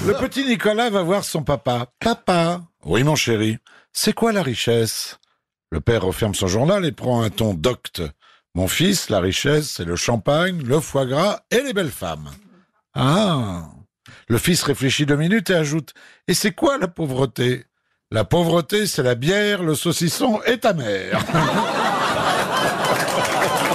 Le petit Nicolas va voir son papa. Papa. Oui, mon chéri. C'est quoi la richesse? Le père referme son journal et prend un ton docte. Mon fils, la richesse, c'est le champagne, le foie gras et les belles femmes. Ah. Le fils réfléchit 2 minutes et ajoute. Et c'est quoi la pauvreté? La pauvreté, c'est la bière, le saucisson et ta mère.